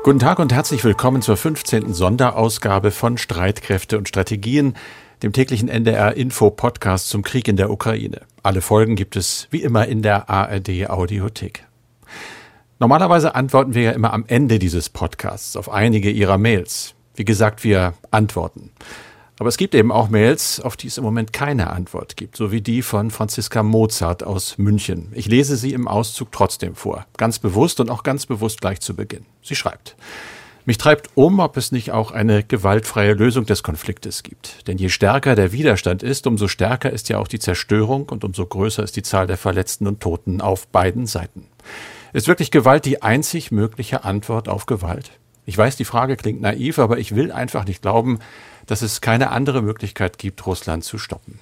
Guten Tag und herzlich willkommen zur 15. Sonderausgabe von Streitkräfte und Strategien, dem täglichen NDR-Info-Podcast zum Krieg in der Ukraine. Alle Folgen gibt es wie immer in der ARD-Audiothek. Normalerweise antworten wir ja immer am Ende dieses Podcasts auf einige Ihrer Mails. Wie gesagt, wir antworten. Aber es gibt eben auch Mails, auf die es im Moment keine Antwort gibt, so wie die von Franziska Mozart aus München. Ich lese sie im Auszug trotzdem vor, ganz bewusst und auch ganz bewusst gleich zu Beginn. Sie schreibt: Mich treibt ob es nicht auch eine gewaltfreie Lösung des Konfliktes gibt. Denn je stärker der Widerstand ist, umso stärker ist ja auch die Zerstörung und umso größer ist die Zahl der Verletzten und Toten auf beiden Seiten. Ist wirklich Gewalt die einzig mögliche Antwort auf Gewalt? Ich weiß, die Frage klingt naiv, aber ich will einfach nicht glauben, dass es keine andere Möglichkeit gibt, Russland zu stoppen.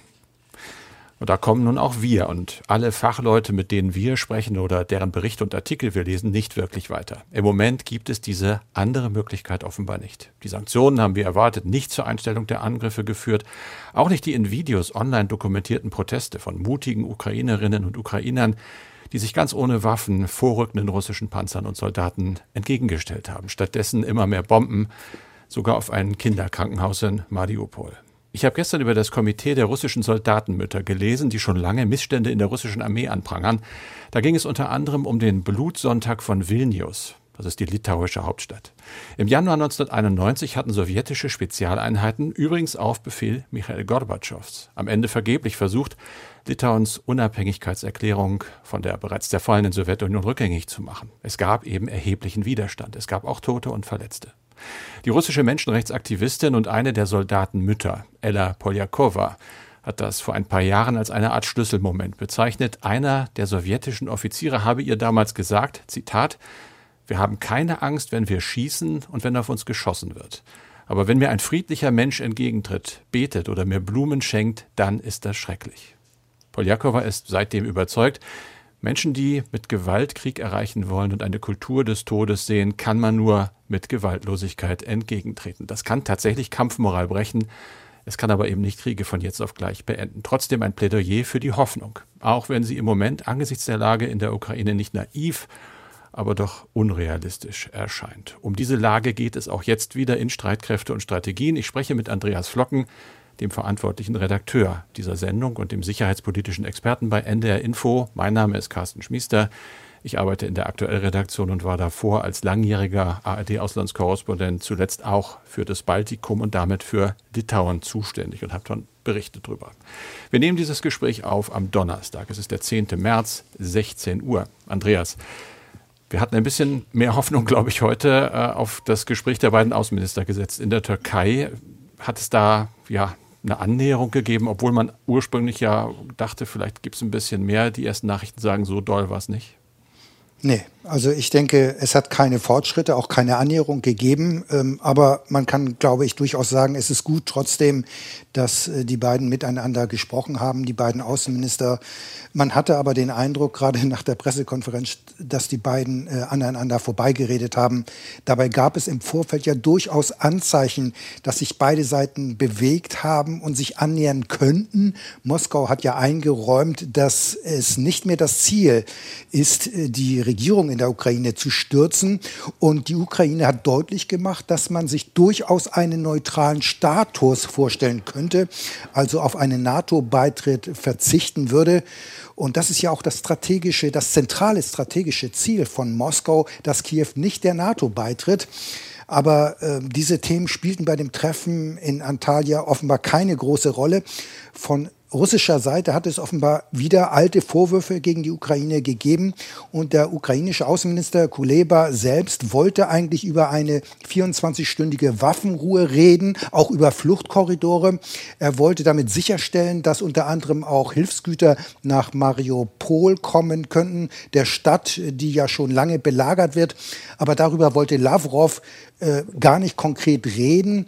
Und da kommen nun auch wir und alle Fachleute, mit denen wir sprechen oder deren Berichte und Artikel wir lesen, nicht wirklich weiter. Im Moment gibt es diese andere Möglichkeit offenbar nicht. Die Sanktionen haben wir erwartet nicht zur Einstellung der Angriffe geführt, auch nicht die in Videos online dokumentierten Proteste von mutigen Ukrainerinnen und Ukrainern, die sich ganz ohne Waffen vorrückenden russischen Panzern und Soldaten entgegengestellt haben. Stattdessen immer mehr Bomben, sogar auf ein Kinderkrankenhaus in Mariupol. Ich habe gestern über das Komitee der russischen Soldatenmütter gelesen, die schon lange Missstände in der russischen Armee anprangern. Da ging es unter anderem um den Blutsonntag von Vilnius. Das ist die litauische Hauptstadt. Im Januar 1991 hatten sowjetische Spezialeinheiten, übrigens auf Befehl Michail Gorbatschows, am Ende vergeblich versucht, Litauens Unabhängigkeitserklärung von der bereits zerfallenen Sowjetunion rückgängig zu machen. Es gab eben erheblichen Widerstand. Es gab auch Tote und Verletzte. Die russische Menschenrechtsaktivistin und eine der Soldatenmütter, Ella Poljakova, hat das vor ein paar Jahren als eine Art Schlüsselmoment bezeichnet. Einer der sowjetischen Offiziere habe ihr damals gesagt, Zitat: Wir haben keine Angst, wenn wir schießen und wenn auf uns geschossen wird. Aber wenn mir ein friedlicher Mensch entgegentritt, betet oder mir Blumen schenkt, dann ist das schrecklich. Poljakova ist seitdem überzeugt, Menschen, die mit Gewalt Krieg erreichen wollen und eine Kultur des Todes sehen, kann man nur mit Gewaltlosigkeit entgegentreten. Das kann tatsächlich Kampfmoral brechen, es kann aber eben nicht Kriege von jetzt auf gleich beenden. Trotzdem ein Plädoyer für die Hoffnung, auch wenn sie im Moment angesichts der Lage in der Ukraine nicht naiv, aber doch unrealistisch erscheint. Um diese Lage geht es auch jetzt wieder in Streitkräfte und Strategien. Ich spreche mit Andreas Flocken, dem verantwortlichen Redakteur dieser Sendung und dem sicherheitspolitischen Experten bei NDR Info. Mein Name ist Carsten Schmiester. Ich arbeite in der Aktuellredaktion und war davor als langjähriger ARD-Auslandskorrespondent zuletzt auch für das Baltikum und damit für Litauen zuständig und habe dann berichtet drüber. Wir nehmen dieses Gespräch auf am Donnerstag. Es ist der 10. März, 16 Uhr. Andreas, wir hatten ein bisschen mehr Hoffnung, glaube ich, heute auf das Gespräch der beiden Außenminister gesetzt in der Türkei. Hat es da eine Annäherung gegeben, obwohl man ursprünglich ja dachte, vielleicht gibt es ein bisschen mehr. Die ersten Nachrichten sagen, so doll war es nicht. Nee, also ich denke, es hat keine Fortschritte, auch keine Annäherung gegeben. Aber man kann, glaube ich, durchaus sagen, es ist gut trotzdem, dass die beiden miteinander gesprochen haben, die beiden Außenminister. Man hatte aber den Eindruck, gerade nach der Pressekonferenz, dass die beiden aneinander vorbeigeredet haben. Dabei gab es im Vorfeld ja durchaus Anzeichen, dass sich beide Seiten bewegt haben und sich annähern könnten. Moskau hat ja eingeräumt, dass es nicht mehr das Ziel ist, die Regierung in der Ukraine zu stürzen. Und die Ukraine hat deutlich gemacht, dass man sich durchaus einen neutralen Status vorstellen könnte, also auf einen NATO-Beitritt verzichten würde. Und das ist ja auch das zentrale strategische Ziel von Moskau, dass Kiew nicht der NATO beitritt. Aber diese Themen spielten bei dem Treffen in Antalya offenbar keine große Rolle. Von russischer Seite hat es offenbar wieder alte Vorwürfe gegen die Ukraine gegeben. Und der ukrainische Außenminister Kuleba selbst wollte eigentlich über eine 24-stündige Waffenruhe reden, auch über Fluchtkorridore. Er wollte damit sicherstellen, dass unter anderem auch Hilfsgüter nach Mariupol kommen könnten, der Stadt, die ja schon lange belagert wird. Aber darüber wollte Lavrov gar nicht konkret reden,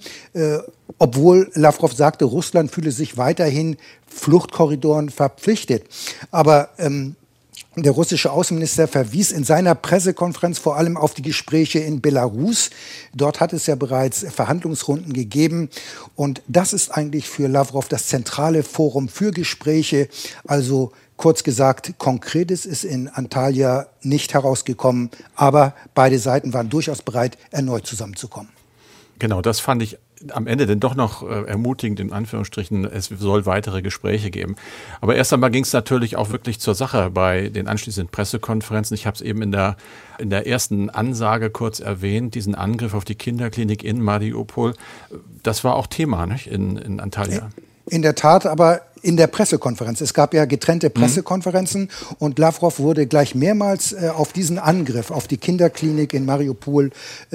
obwohl Lavrov sagte, Russland fühle sich weiterhin Fluchtkorridoren verpflichtet. Aber der russische Außenminister verwies in seiner Pressekonferenz vor allem auf die Gespräche in Belarus. Dort hat es ja bereits Verhandlungsrunden gegeben. Und das ist eigentlich für Lavrov das zentrale Forum für Gespräche. Also Kurz gesagt, Konkretes ist in Antalya nicht herausgekommen, aber beide Seiten waren durchaus bereit, erneut zusammenzukommen. Genau, das fand ich am Ende denn doch noch ermutigend, in Anführungsstrichen, es soll weitere Gespräche geben. Aber erst einmal ging es natürlich auch wirklich zur Sache bei den anschließenden Pressekonferenzen. Ich habe es eben in der ersten Ansage kurz erwähnt, diesen Angriff auf die Kinderklinik in Mariupol. Das war auch Thema, nicht, in Antalya. In der Tat, aber in der Pressekonferenz. Es gab ja getrennte Pressekonferenzen und Lavrov wurde gleich mehrmals auf diesen Angriff auf die Kinderklinik in Mariupol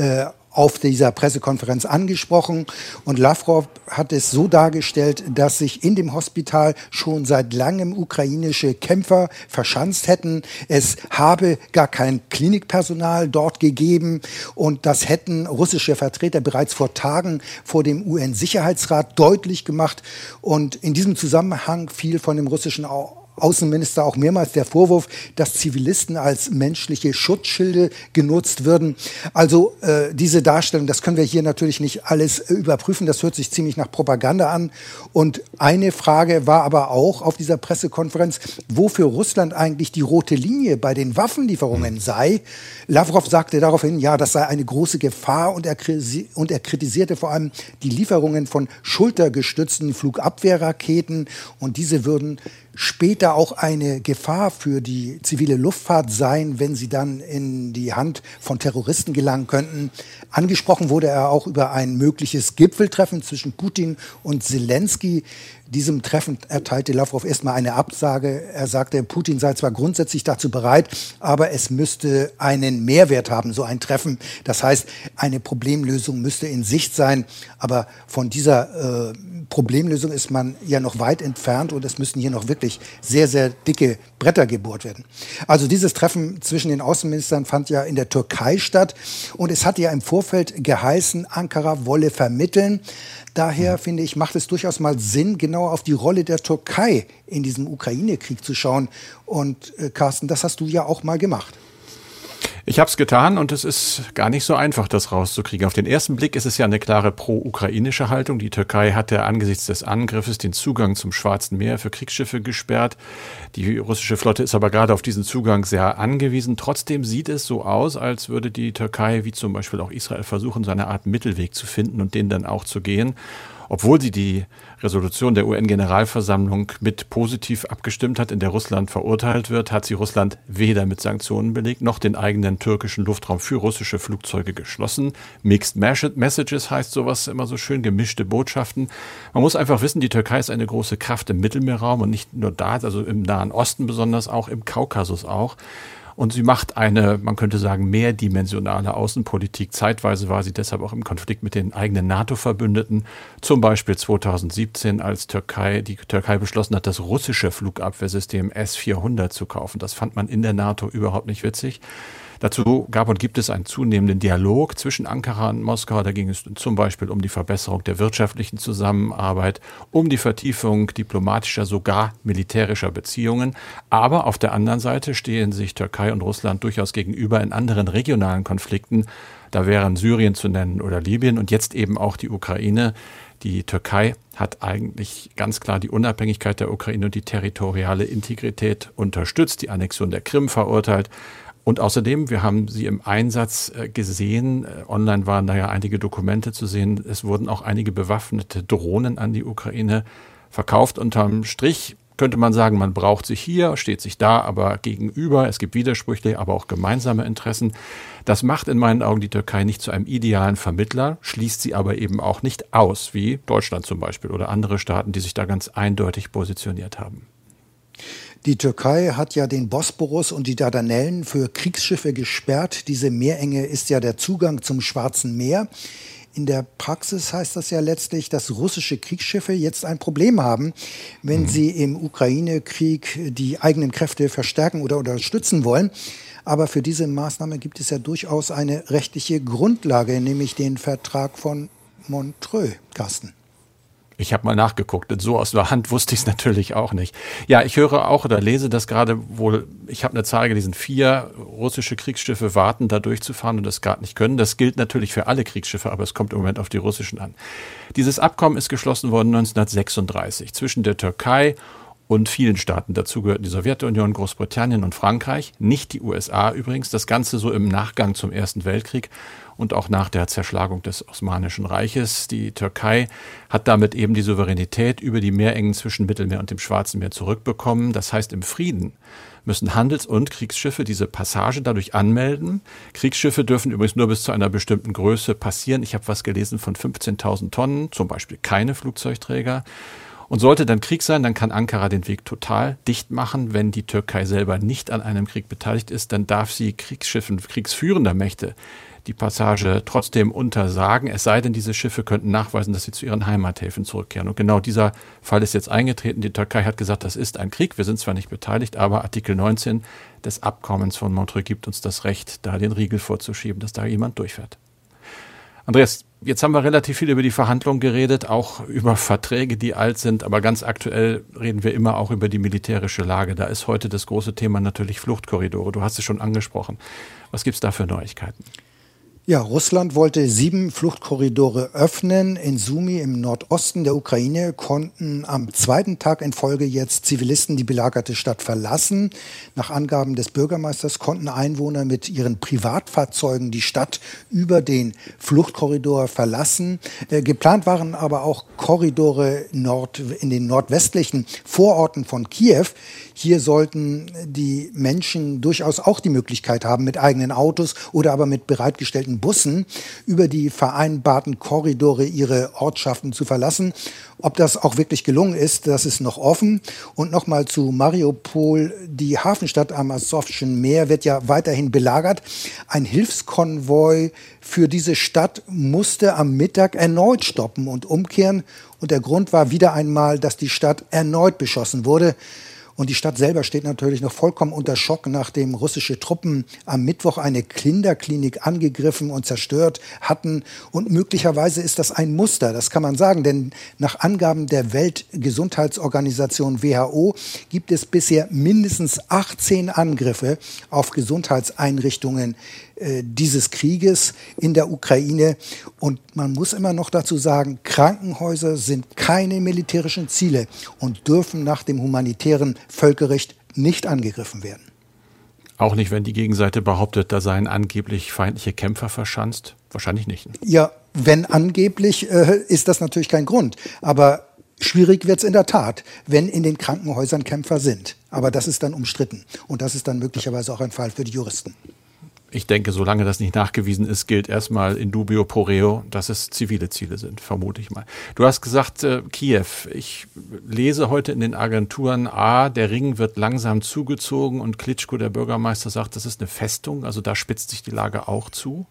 auf dieser Pressekonferenz angesprochen. Und Lavrov hat es so dargestellt, dass sich in dem Hospital schon seit langem ukrainische Kämpfer verschanzt hätten. Es habe gar kein Klinikpersonal dort gegeben und das hätten russische Vertreter bereits vor Tagen vor dem UN-Sicherheitsrat deutlich gemacht. Und in diesem Zusammenhang fiel von dem russischen Außenminister auch mehrmals der Vorwurf, dass Zivilisten als menschliche Schutzschilde genutzt würden. Also diese Darstellung, das können wir hier natürlich nicht alles überprüfen. Das hört sich ziemlich nach Propaganda an. Und eine Frage war aber auch auf dieser Pressekonferenz, wo für Russland eigentlich die rote Linie bei den Waffenlieferungen sei. Lavrov sagte daraufhin, ja, das sei eine große Gefahr und er kritisierte vor allem die Lieferungen von schultergestützten Flugabwehrraketen und diese würden später auch eine Gefahr für die zivile Luftfahrt sein, wenn sie dann in die Hand von Terroristen gelangen könnten. Angesprochen wurde er auch über ein mögliches Gipfeltreffen zwischen Putin und Zelensky. Diesem Treffen erteilte Lavrov erstmal eine Absage. Er sagte, Putin sei zwar grundsätzlich dazu bereit, aber es müsste einen Mehrwert haben, so ein Treffen. Das heißt, eine Problemlösung müsste in Sicht sein. Aber von dieser Problemlösung ist man ja noch weit entfernt und es müssen hier noch wirklich sehr, sehr dicke Bretter gebohrt werden. Also dieses Treffen zwischen den Außenministern fand ja in der Türkei statt und es hatte ja im Vorfeld geheißen, Ankara wolle vermitteln. Daher, finde ich, macht es durchaus mal Sinn, genauer auf die Rolle der Türkei in diesem Ukraine-Krieg zu schauen. Und Carsten, das hast du ja auch mal gemacht. Ich habe es getan und es ist gar nicht so einfach, das rauszukriegen. Auf den ersten Blick ist es ja eine klare pro-ukrainische Haltung. Die Türkei hatte angesichts des Angriffes den Zugang zum Schwarzen Meer für Kriegsschiffe gesperrt. Die russische Flotte ist aber gerade auf diesen Zugang sehr angewiesen. Trotzdem sieht es so aus, als würde die Türkei, wie zum Beispiel auch Israel, versuchen, so eine Art Mittelweg zu finden und den dann auch zu gehen. Obwohl sie die Resolution der UN-Generalversammlung mit positiv abgestimmt hat, in der Russland verurteilt wird, hat sie Russland weder mit Sanktionen belegt, noch den eigenen türkischen Luftraum für russische Flugzeuge geschlossen. Mixed Messages heißt sowas immer so schön, gemischte Botschaften. Man muss einfach wissen, die Türkei ist eine große Kraft im Mittelmeerraum und nicht nur da, also im Nahen Osten besonders, auch im Kaukasus auch. Und sie macht eine, man könnte sagen, mehrdimensionale Außenpolitik. Zeitweise war sie deshalb auch im Konflikt mit den eigenen NATO-Verbündeten. Zum Beispiel 2017, als die Türkei beschlossen hat, das russische Flugabwehrsystem S-400 zu kaufen. Das fand man in der NATO überhaupt nicht witzig. Dazu gab und gibt es einen zunehmenden Dialog zwischen Ankara und Moskau. Da ging es zum Beispiel um die Verbesserung der wirtschaftlichen Zusammenarbeit, um die Vertiefung diplomatischer, sogar militärischer Beziehungen. Aber auf der anderen Seite stehen sich Türkei und Russland durchaus gegenüber in anderen regionalen Konflikten. Da wären Syrien zu nennen oder Libyen und jetzt eben auch die Ukraine. Die Türkei hat eigentlich ganz klar die Unabhängigkeit der Ukraine und die territoriale Integrität unterstützt, die Annexion der Krim verurteilt. Und außerdem, wir haben sie im Einsatz gesehen, online waren da ja einige Dokumente zu sehen, es wurden auch einige bewaffnete Drohnen an die Ukraine verkauft. Unterm Strich könnte man sagen, man braucht sich hier, steht sich da, aber gegenüber. Es gibt Widersprüche, aber auch gemeinsame Interessen. Das macht in meinen Augen die Türkei nicht zu einem idealen Vermittler, schließt sie aber eben auch nicht aus, wie Deutschland zum Beispiel oder andere Staaten, die sich da ganz eindeutig positioniert haben. Die Türkei hat ja den Bosporus und die Dardanellen für Kriegsschiffe gesperrt. Diese Meerenge ist ja der Zugang zum Schwarzen Meer. In der Praxis heißt das ja letztlich, dass russische Kriegsschiffe jetzt ein Problem haben, wenn sie im Ukraine-Krieg die eigenen Kräfte verstärken oder unterstützen wollen. Aber für diese Maßnahme gibt es ja durchaus eine rechtliche Grundlage, nämlich den Vertrag von Montreux, Carsten. Ich habe mal nachgeguckt, denn so aus der Hand wusste ich es natürlich auch nicht. Ja, ich höre auch oder lese das gerade wohl, ich habe eine Zahl gelesen, 4 russische Kriegsschiffe warten, da durchzufahren und das gar nicht können. Das gilt natürlich für alle Kriegsschiffe, aber es kommt im Moment auf die russischen an. Dieses Abkommen ist geschlossen worden 1936 zwischen der Türkei und vielen Staaten. Dazu gehörten die Sowjetunion, Großbritannien und Frankreich, nicht die USA übrigens. Das Ganze so im Nachgang zum Ersten Weltkrieg und auch nach der Zerschlagung des Osmanischen Reiches. Die Türkei hat damit eben die Souveränität über die Meerengen zwischen Mittelmeer und dem Schwarzen Meer zurückbekommen. Das heißt, im Frieden müssen Handels- und Kriegsschiffe diese Passage dadurch anmelden. Kriegsschiffe dürfen übrigens nur bis zu einer bestimmten Größe passieren. Ich habe was gelesen von 15.000 Tonnen, zum Beispiel keine Flugzeugträger. Und sollte dann Krieg sein, dann kann Ankara den Weg total dicht machen. Wenn die Türkei selber nicht an einem Krieg beteiligt ist, dann darf sie Kriegsschiffen kriegsführender Mächte die Passage trotzdem untersagen, es sei denn, diese Schiffe könnten nachweisen, dass sie zu ihren Heimathäfen zurückkehren. Und genau dieser Fall ist jetzt eingetreten. Die Türkei hat gesagt, das ist ein Krieg, wir sind zwar nicht beteiligt, aber Artikel 19 des Abkommens von Montreux gibt uns das Recht, da den Riegel vorzuschieben, dass da jemand durchfährt. Andreas, jetzt haben wir relativ viel über die Verhandlungen geredet, auch über Verträge, die alt sind, aber ganz aktuell reden wir immer auch über die militärische Lage. Da ist heute das große Thema natürlich Fluchtkorridore. Du hast es schon angesprochen. Was gibt es da für Neuigkeiten? Ja, Russland wollte 7 Fluchtkorridore öffnen. In Sumy im Nordosten der Ukraine konnten am 2. Tag in Folge jetzt Zivilisten die belagerte Stadt verlassen. Nach Angaben des Bürgermeisters konnten Einwohner mit ihren Privatfahrzeugen die Stadt über den Fluchtkorridor verlassen. Geplant waren aber auch Korridore in den nordwestlichen Vororten von Kiew. Hier sollten die Menschen durchaus auch die Möglichkeit haben, mit eigenen Autos oder aber mit bereitgestellten Bussen über die vereinbarten Korridore ihre Ortschaften zu verlassen. Ob das auch wirklich gelungen ist, das ist noch offen. Und nochmal zu Mariupol. Die Hafenstadt am Asowschen Meer wird ja weiterhin belagert. Ein Hilfskonvoi für diese Stadt musste am Mittag erneut stoppen und umkehren. Und der Grund war wieder einmal, dass die Stadt erneut beschossen wurde. Und die Stadt selber steht natürlich noch vollkommen unter Schock, nachdem russische Truppen am Mittwoch eine Kinderklinik angegriffen und zerstört hatten. Und möglicherweise ist das ein Muster, das kann man sagen. Denn nach Angaben der Weltgesundheitsorganisation WHO gibt es bisher mindestens 18 Angriffe auf Gesundheitseinrichtungen dieses Krieges in der Ukraine. Und man muss immer noch dazu sagen, Krankenhäuser sind keine militärischen Ziele und dürfen nach dem humanitären Völkerrecht nicht angegriffen werden. Auch nicht, wenn die Gegenseite behauptet, da seien angeblich feindliche Kämpfer verschanzt? Wahrscheinlich nicht. Ne? Ja, wenn angeblich, ist das natürlich kein Grund. Aber schwierig wird es in der Tat, wenn in den Krankenhäusern Kämpfer sind. Aber das ist dann umstritten. Und das ist dann möglicherweise auch ein Fall für die Juristen. Ich denke, solange das nicht nachgewiesen ist, gilt erstmal in dubio pro reo, dass es zivile Ziele sind, vermute ich mal. Du hast gesagt, Kiew. Ich lese heute in den Agenturen, der Ring wird langsam zugezogen und Klitschko, der Bürgermeister, sagt, das ist eine Festung. Also da spitzt sich die Lage auch zu.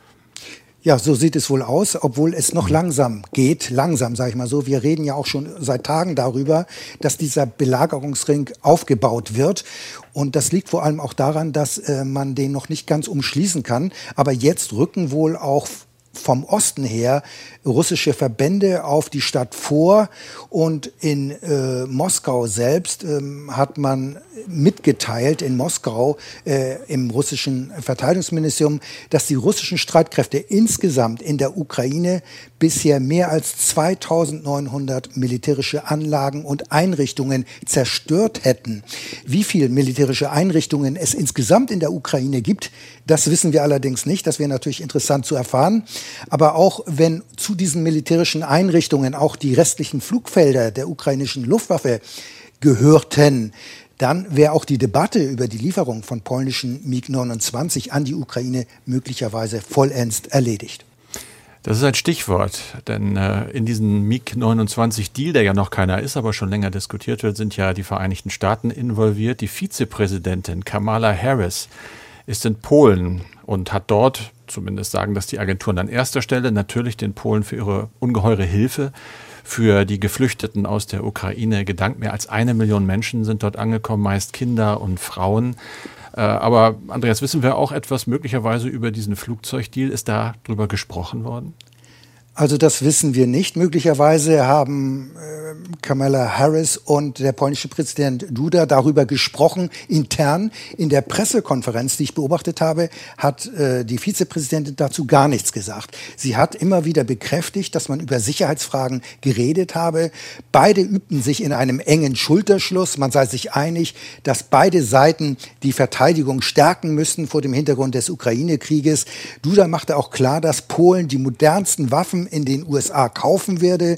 Ja, so sieht es wohl aus, obwohl es noch langsam geht. Langsam, sage ich mal so. Wir reden ja auch schon seit Tagen darüber, dass dieser Belagerungsring aufgebaut wird. Und das liegt vor allem auch daran, dass man den noch nicht ganz umschließen kann. Aber jetzt rücken wohl auch vom Osten her russische Verbände auf die Stadt vor. Und in Moskau selbst hat man mitgeteilt, in Moskau im russischen Verteidigungsministerium, dass die russischen Streitkräfte insgesamt in der Ukraine bisher mehr als 2.900 militärische Anlagen und Einrichtungen zerstört hätten. Wie viele militärische Einrichtungen es insgesamt in der Ukraine gibt, das wissen wir allerdings nicht. Das wäre natürlich interessant zu erfahren. Aber auch wenn zu diesen militärischen Einrichtungen auch die restlichen Flugfelder der ukrainischen Luftwaffe gehörten, dann wäre auch die Debatte über die Lieferung von polnischen MiG-29 an die Ukraine möglicherweise vollends erledigt. Das ist ein Stichwort, denn in diesem MiG-29-Deal, der ja noch keiner ist, aber schon länger diskutiert wird, sind ja die Vereinigten Staaten involviert. Die Vizepräsidentin Kamala Harris ist in Polen und hat dort, zumindest sagen das die Agenturen an erster Stelle, natürlich den Polen für ihre ungeheure Hilfe für die Geflüchteten aus der Ukraine gedankt. Mehr als 1 Million Menschen sind dort angekommen, meist Kinder und Frauen. Aber Andreas, wissen wir auch etwas möglicherweise über diesen Flugzeugdeal? Ist da drüber gesprochen worden? Also das wissen wir nicht. Möglicherweise haben Kamala Harris und der polnische Präsident Duda darüber gesprochen, intern. In der Pressekonferenz, die ich beobachtet habe, hat die Vizepräsidentin dazu gar nichts gesagt. Sie hat immer wieder bekräftigt, dass man über Sicherheitsfragen geredet habe. Beide übten sich in einem engen Schulterschluss. Man sei sich einig, dass beide Seiten die Verteidigung stärken müssen vor dem Hintergrund des Ukraine-Krieges. Duda machte auch klar, dass Polen die modernsten Waffen in den USA kaufen werde.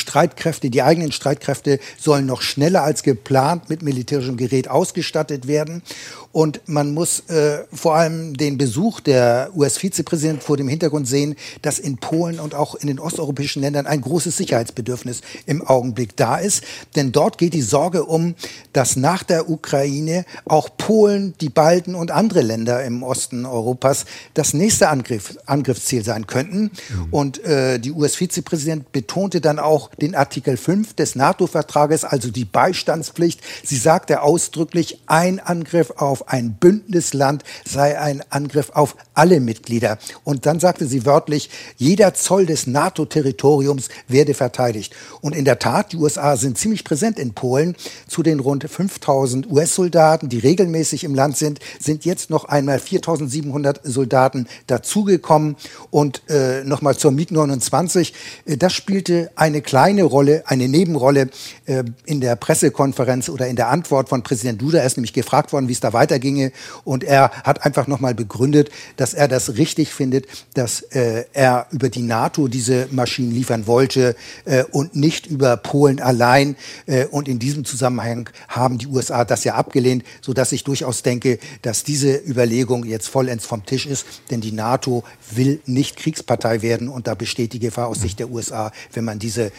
Die eigenen Streitkräfte sollen noch schneller als geplant mit militärischem Gerät ausgestattet werden. Und man muss vor allem den Besuch der US-Vizepräsidentin vor dem Hintergrund sehen, dass in Polen und auch in den osteuropäischen Ländern ein großes Sicherheitsbedürfnis im Augenblick da ist. Denn dort geht die Sorge um, dass nach der Ukraine auch Polen, die Balten und andere Länder im Osten Europas das nächste Angriffsziel sein könnten. Und die US-Vizepräsidentin betonte dann auch den Artikel 5 des NATO-Vertrages, also die Beistandspflicht. Sie sagte ausdrücklich, ein Angriff auf ein Bündnisland sei ein Angriff auf alle Mitglieder. Und dann sagte sie wörtlich, jeder Zoll des NATO-Territoriums werde verteidigt. Und in der Tat, die USA sind ziemlich präsent in Polen. Zu den rund 5.000 US-Soldaten, die regelmäßig im Land sind jetzt noch einmal 4.700 Soldaten dazugekommen. Und nochmal zur MiG-29. Das spielte eine kleine Rolle, eine Nebenrolle in der Pressekonferenz oder in der Antwort von Präsident Duda. Er ist nämlich gefragt worden, wie es da weiterginge. Und er hat einfach nochmal begründet, dass er das richtig findet, dass er über die NATO diese Maschinen liefern wollte und nicht über Polen allein. Und in diesem Zusammenhang haben die USA das ja abgelehnt, sodass ich durchaus denke, dass diese Überlegung jetzt vollends vom Tisch ist. Denn die NATO will nicht Kriegspartei werden und da besteht die Gefahr aus Sicht der USA, wenn man diese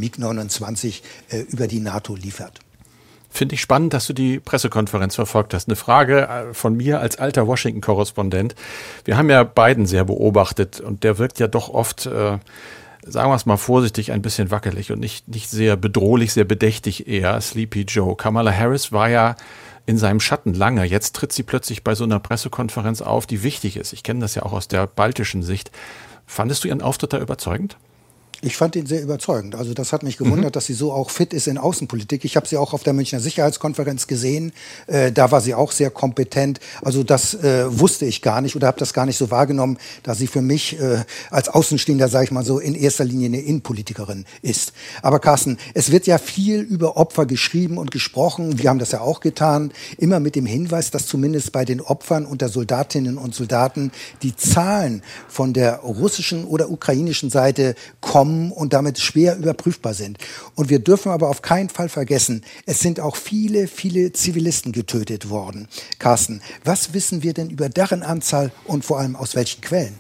MiG-29 über die NATO liefert. Finde ich spannend, dass du die Pressekonferenz verfolgt hast. Eine Frage von mir als alter Washington-Korrespondent. Wir haben ja Biden sehr beobachtet und der wirkt ja doch oft, sagen wir es mal vorsichtig, ein bisschen wackelig und nicht sehr bedrohlich, sehr bedächtig eher, Sleepy Joe. Kamala Harris war ja in seinem Schatten lange. Jetzt tritt sie plötzlich bei so einer Pressekonferenz auf, die wichtig ist. Ich kenne das ja auch aus der baltischen Sicht. Fandest du ihren Auftritt da überzeugend? Ich fand ihn sehr überzeugend. Also das hat mich gewundert, dass sie so auch fit ist in Außenpolitik. Ich habe sie auch auf der Münchner Sicherheitskonferenz gesehen. Da war sie auch sehr kompetent. Also das wusste ich gar nicht oder habe das gar nicht so wahrgenommen, da sie für mich als Außenstehender, sage ich mal so, in erster Linie eine Innenpolitikerin ist. Aber Carsten, es wird ja viel über Opfer geschrieben und gesprochen. Wir haben das ja auch getan. Immer mit dem Hinweis, dass zumindest bei den Opfern unter Soldatinnen und Soldaten die Zahlen von der russischen oder ukrainischen Seite kommen und damit schwer überprüfbar sind. Und wir dürfen aber auf keinen Fall vergessen, es sind auch viele, viele Zivilisten getötet worden. Carsten, was wissen wir denn über deren Anzahl und vor allem aus welchen Quellen?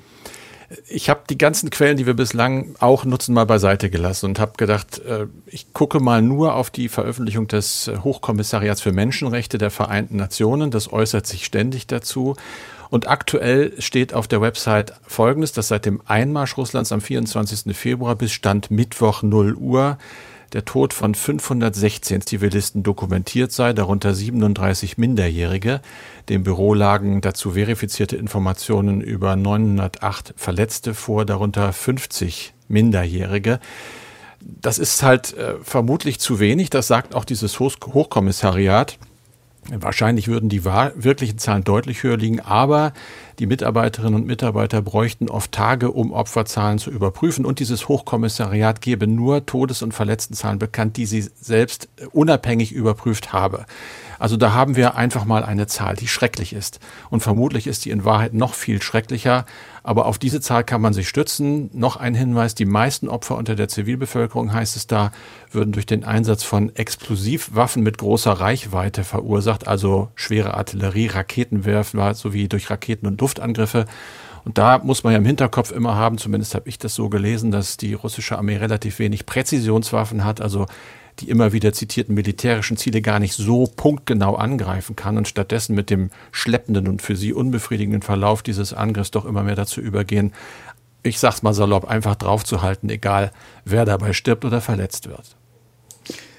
Ich habe die ganzen Quellen, die wir bislang auch nutzen, mal beiseite gelassen und habe gedacht, ich gucke mal nur auf die Veröffentlichung des Hochkommissariats für Menschenrechte der Vereinten Nationen. Das äußert sich ständig dazu. Und aktuell steht auf der Website Folgendes, dass seit dem Einmarsch Russlands am 24. Februar bis Stand Mittwoch 0 Uhr der Tod von 516 Zivilisten dokumentiert sei, darunter 37 Minderjährige. Dem Büro lagen dazu verifizierte Informationen über 908 Verletzte vor, darunter 50 Minderjährige. Das ist halt vermutlich zu wenig, das sagt auch dieses Hochkommissariat. Wahrscheinlich würden die wirklichen Zahlen deutlich höher liegen, aber die Mitarbeiterinnen und Mitarbeiter bräuchten oft Tage, um Opferzahlen zu überprüfen. Und dieses Hochkommissariat gebe nur Todes- und Verletztenzahlen bekannt, die sie selbst unabhängig überprüft habe. Also da haben wir einfach mal eine Zahl, die schrecklich ist. Und vermutlich ist die in Wahrheit noch viel schrecklicher. Aber auf diese Zahl kann man sich stützen. Noch ein Hinweis, die meisten Opfer unter der Zivilbevölkerung, heißt es da, würden durch den Einsatz von Explosivwaffen mit großer Reichweite verursacht, also schwere Artillerie, Raketenwerfer sowie durch Raketen- und Luftangriffe. Und da muss man ja im Hinterkopf immer haben, zumindest habe ich das so gelesen, dass die russische Armee relativ wenig Präzisionswaffen hat, also die immer wieder zitierten militärischen Ziele gar nicht so punktgenau angreifen kann und stattdessen mit dem schleppenden und für sie unbefriedigenden Verlauf dieses Angriffs doch immer mehr dazu übergehen, ich sag's mal salopp, einfach draufzuhalten, egal wer dabei stirbt oder verletzt wird.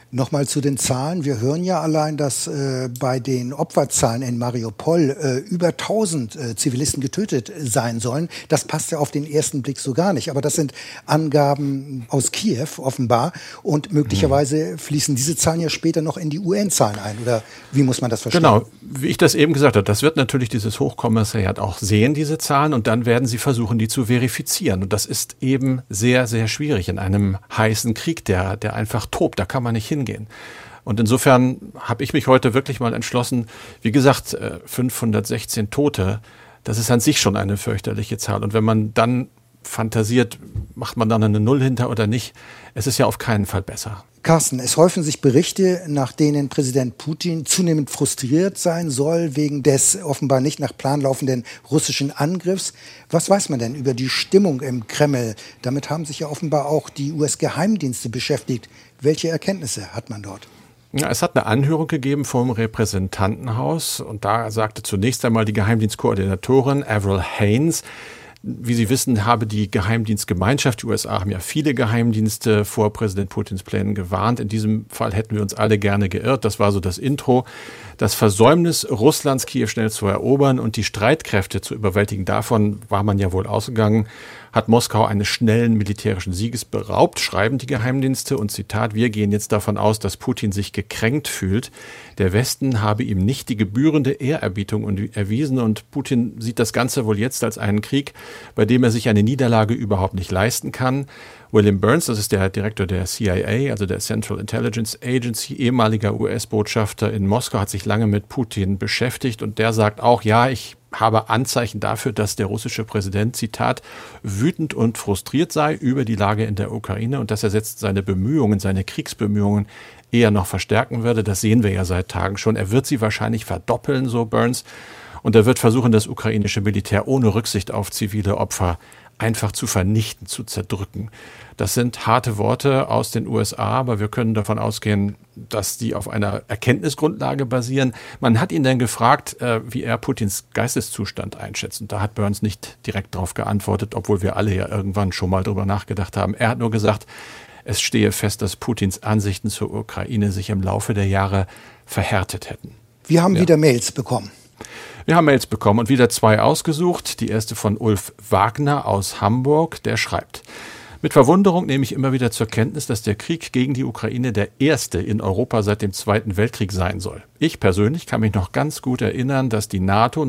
Nochmal zu den Zahlen. Wir hören ja allein, dass bei den Opferzahlen in Mariupol über 1000 Zivilisten getötet sein sollen. Das passt ja auf den ersten Blick so gar nicht. Aber das sind Angaben aus Kiew offenbar. Und möglicherweise fließen diese Zahlen ja später noch in die UN-Zahlen ein. Oder wie muss man das verstehen? Genau, wie ich das eben gesagt habe, das wird natürlich dieses Hochkommissariat auch sehen, diese Zahlen. Und dann werden sie versuchen, die zu verifizieren. Und das ist eben sehr, sehr schwierig in einem heißen Krieg, der einfach tobt. Da kann man nicht hingehen. Und insofern habe ich mich heute wirklich mal entschlossen, wie gesagt, 516 Tote, das ist an sich schon eine fürchterliche Zahl. Und wenn man dann fantasiert, macht man dann eine Null hinter oder nicht, es ist ja auf keinen Fall besser. Carsten, es häufen sich Berichte, nach denen Präsident Putin zunehmend frustriert sein soll wegen des offenbar nicht nach Plan laufenden russischen Angriffs. Was weiß man denn über die Stimmung im Kreml? Damit haben sich ja offenbar auch die US-Geheimdienste beschäftigt. Welche Erkenntnisse hat man dort? Ja, es hat eine Anhörung gegeben vom Repräsentantenhaus und da sagte zunächst einmal die Geheimdienstkoordinatorin Avril Haines, wie Sie wissen, habe die Geheimdienstgemeinschaft, die USA haben ja viele Geheimdienste vor Präsident Putins Plänen gewarnt. In diesem Fall hätten wir uns alle gerne geirrt. Das war so das Intro. Das Versäumnis Russlands, Kiew schnell zu erobern und die Streitkräfte zu überwältigen, davon war man ja wohl ausgegangen, hat Moskau eines schnellen militärischen Sieges beraubt, schreiben die Geheimdienste. Und Zitat, wir gehen jetzt davon aus, dass Putin sich gekränkt fühlt. Der Westen habe ihm nicht die gebührende Ehrerbietung erwiesen und Putin sieht das Ganze wohl jetzt als einen Krieg, bei dem er sich eine Niederlage überhaupt nicht leisten kann. William Burns, das ist der Direktor der CIA, also der Central Intelligence Agency, ehemaliger US-Botschafter in Moskau, hat sich lange mit Putin beschäftigt und der sagt auch, ja, ich habe Anzeichen dafür, dass der russische Präsident, Zitat, wütend und frustriert sei über die Lage in der Ukraine und dass er jetzt seine Bemühungen, seine Kriegsbemühungen eher noch verstärken würde. Das sehen wir ja seit Tagen schon. Er wird sie wahrscheinlich verdoppeln, so Burns. Und er wird versuchen, das ukrainische Militär ohne Rücksicht auf zivile Opfer einfach zu vernichten, zu zerdrücken. Das sind harte Worte aus den USA, aber wir können davon ausgehen, dass die auf einer Erkenntnisgrundlage basieren. Man hat ihn dann gefragt, wie er Putins Geisteszustand einschätzt. Und da hat Burns nicht direkt darauf geantwortet, obwohl wir alle ja irgendwann schon mal drüber nachgedacht haben. Er hat nur gesagt, es stehe fest, dass Putins Ansichten zur Ukraine sich im Laufe der Jahre verhärtet hätten. Wir haben wieder Mails bekommen. Wir haben Mails bekommen und wieder 2 ausgesucht. Die erste von Ulf Wagner aus Hamburg, der schreibt: Mit Verwunderung nehme ich immer wieder zur Kenntnis, dass der Krieg gegen die Ukraine der erste in Europa seit dem Zweiten Weltkrieg sein soll. Ich persönlich kann mich noch ganz gut erinnern, dass die NATO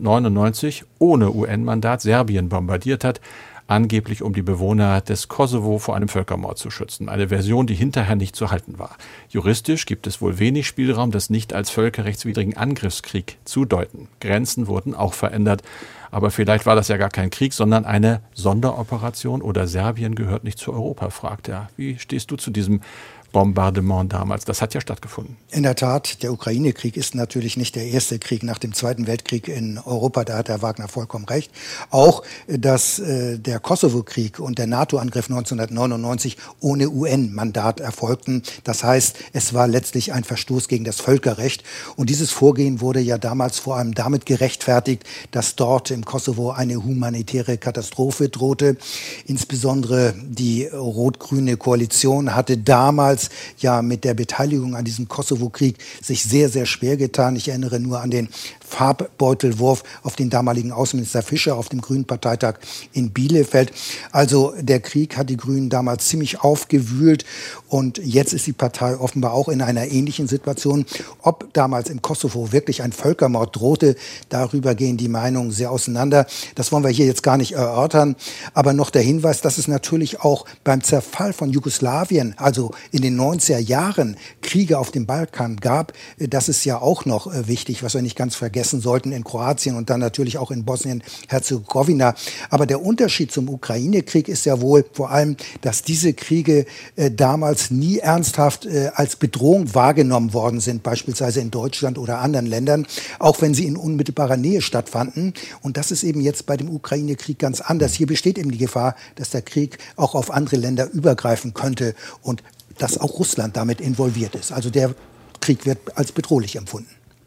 1999 ohne UN-Mandat Serbien bombardiert hat, angeblich um die Bewohner des Kosovo vor einem Völkermord zu schützen. Eine Version, die hinterher nicht zu halten war. Juristisch gibt es wohl wenig Spielraum, das nicht als völkerrechtswidrigen Angriffskrieg zu deuten. Grenzen wurden auch verändert. Aber vielleicht war das ja gar kein Krieg, sondern eine Sonderoperation oder Serbien gehört nicht zu Europa, fragt er. Wie stehst du zu diesem Bombardement damals? Das hat ja stattgefunden. In der Tat, der Ukraine-Krieg ist natürlich nicht der erste Krieg nach dem Zweiten Weltkrieg in Europa. Da hat Herr Wagner vollkommen recht. Auch, dass der Kosovo-Krieg und der NATO-Angriff 1999 ohne UN-Mandat erfolgten. Das heißt, es war letztlich ein Verstoß gegen das Völkerrecht. Und dieses Vorgehen wurde ja damals vor allem damit gerechtfertigt, dass dort im Kosovo eine humanitäre Katastrophe drohte. Insbesondere die rot-grüne Koalition hatte damals ja mit der Beteiligung an diesem Kosovo-Krieg sich sehr, sehr schwer getan. Ich erinnere nur an den Farbbeutelwurf auf den damaligen Außenminister Fischer auf dem Grünen Parteitag in Bielefeld. Also der Krieg hat die Grünen damals ziemlich aufgewühlt und jetzt ist die Partei offenbar auch in einer ähnlichen Situation. Ob damals im Kosovo wirklich ein Völkermord drohte, darüber gehen die Meinungen sehr auseinander. Das wollen wir hier jetzt gar nicht erörtern. Aber noch der Hinweis, dass es natürlich auch beim Zerfall von Jugoslawien, also in den 90er Jahren, Kriege auf dem Balkan gab. Das ist ja auch noch wichtig, was wir nicht ganz vergessen sollten, in Kroatien und dann natürlich auch in Bosnien-Herzegowina. Aber der Unterschied zum Ukraine-Krieg ist ja wohl vor allem, dass diese Kriege damals nie ernsthaft als Bedrohung wahrgenommen worden sind, beispielsweise in Deutschland oder anderen Ländern, auch wenn sie in unmittelbarer Nähe stattfanden. Und das ist eben jetzt bei dem Ukraine-Krieg ganz anders. Hier besteht eben die Gefahr, dass der Krieg auch auf andere Länder übergreifen könnte und dass auch Russland damit involviert ist. Also der Krieg wird als bedrohlich empfunden.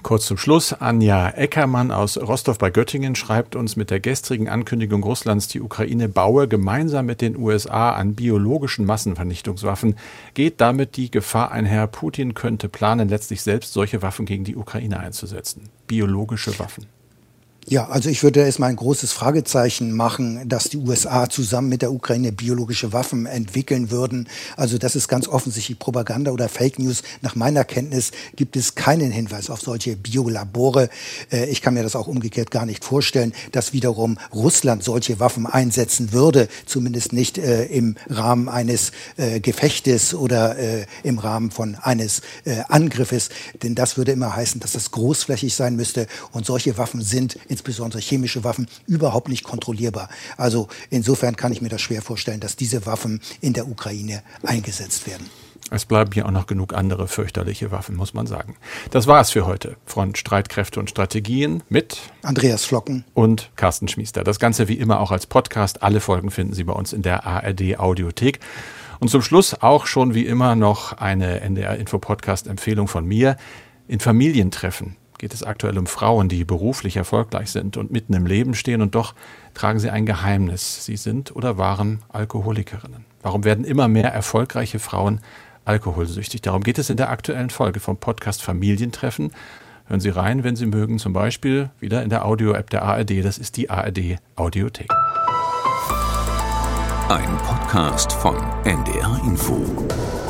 Kurz zum Schluss, Anja Eckermann aus Rostov bei Göttingen schreibt uns: Mit der gestrigen Ankündigung Russlands, die Ukraine baue gemeinsam mit den USA an biologischen Massenvernichtungswaffen, geht damit die Gefahr einher, Putin könnte planen, letztlich selbst solche Waffen gegen die Ukraine einzusetzen. Biologische Waffen. Ja, also ich würde erstmal ein großes Fragezeichen machen, dass die USA zusammen mit der Ukraine biologische Waffen entwickeln würden. Also das ist ganz offensichtlich Propaganda oder Fake News. Nach meiner Kenntnis gibt es keinen Hinweis auf solche Biolabore. Ich kann mir das auch umgekehrt gar nicht vorstellen, dass wiederum Russland solche Waffen einsetzen würde, zumindest nicht im Rahmen eines Gefechtes oder im Rahmen von eines Angriffes. Denn das würde immer heißen, dass das großflächig sein müsste, und solche Waffen sind, insbesondere chemische Waffen, überhaupt nicht kontrollierbar. Also insofern kann ich mir das schwer vorstellen, dass diese Waffen in der Ukraine eingesetzt werden. Es bleiben hier auch noch genug andere fürchterliche Waffen, muss man sagen. Das war's für heute. Front Streitkräfte und Strategien mit Andreas Flocken und Carsten Schmiester. Das Ganze wie immer auch als Podcast. Alle Folgen finden Sie bei uns in der ARD Audiothek. Und zum Schluss auch schon wie immer noch eine NDR-Info-Podcast-Empfehlung von mir. In Familientreffen geht es aktuell um Frauen, die beruflich erfolgreich sind und mitten im Leben stehen, und doch tragen sie ein Geheimnis. Sie sind oder waren Alkoholikerinnen. Warum werden immer mehr erfolgreiche Frauen alkoholsüchtig? Darum geht es in der aktuellen Folge vom Podcast Familientreffen. Hören Sie rein, wenn Sie mögen, zum Beispiel wieder in der Audio-App der ARD. Das ist die ARD Audiothek. Ein Podcast von NDR Info.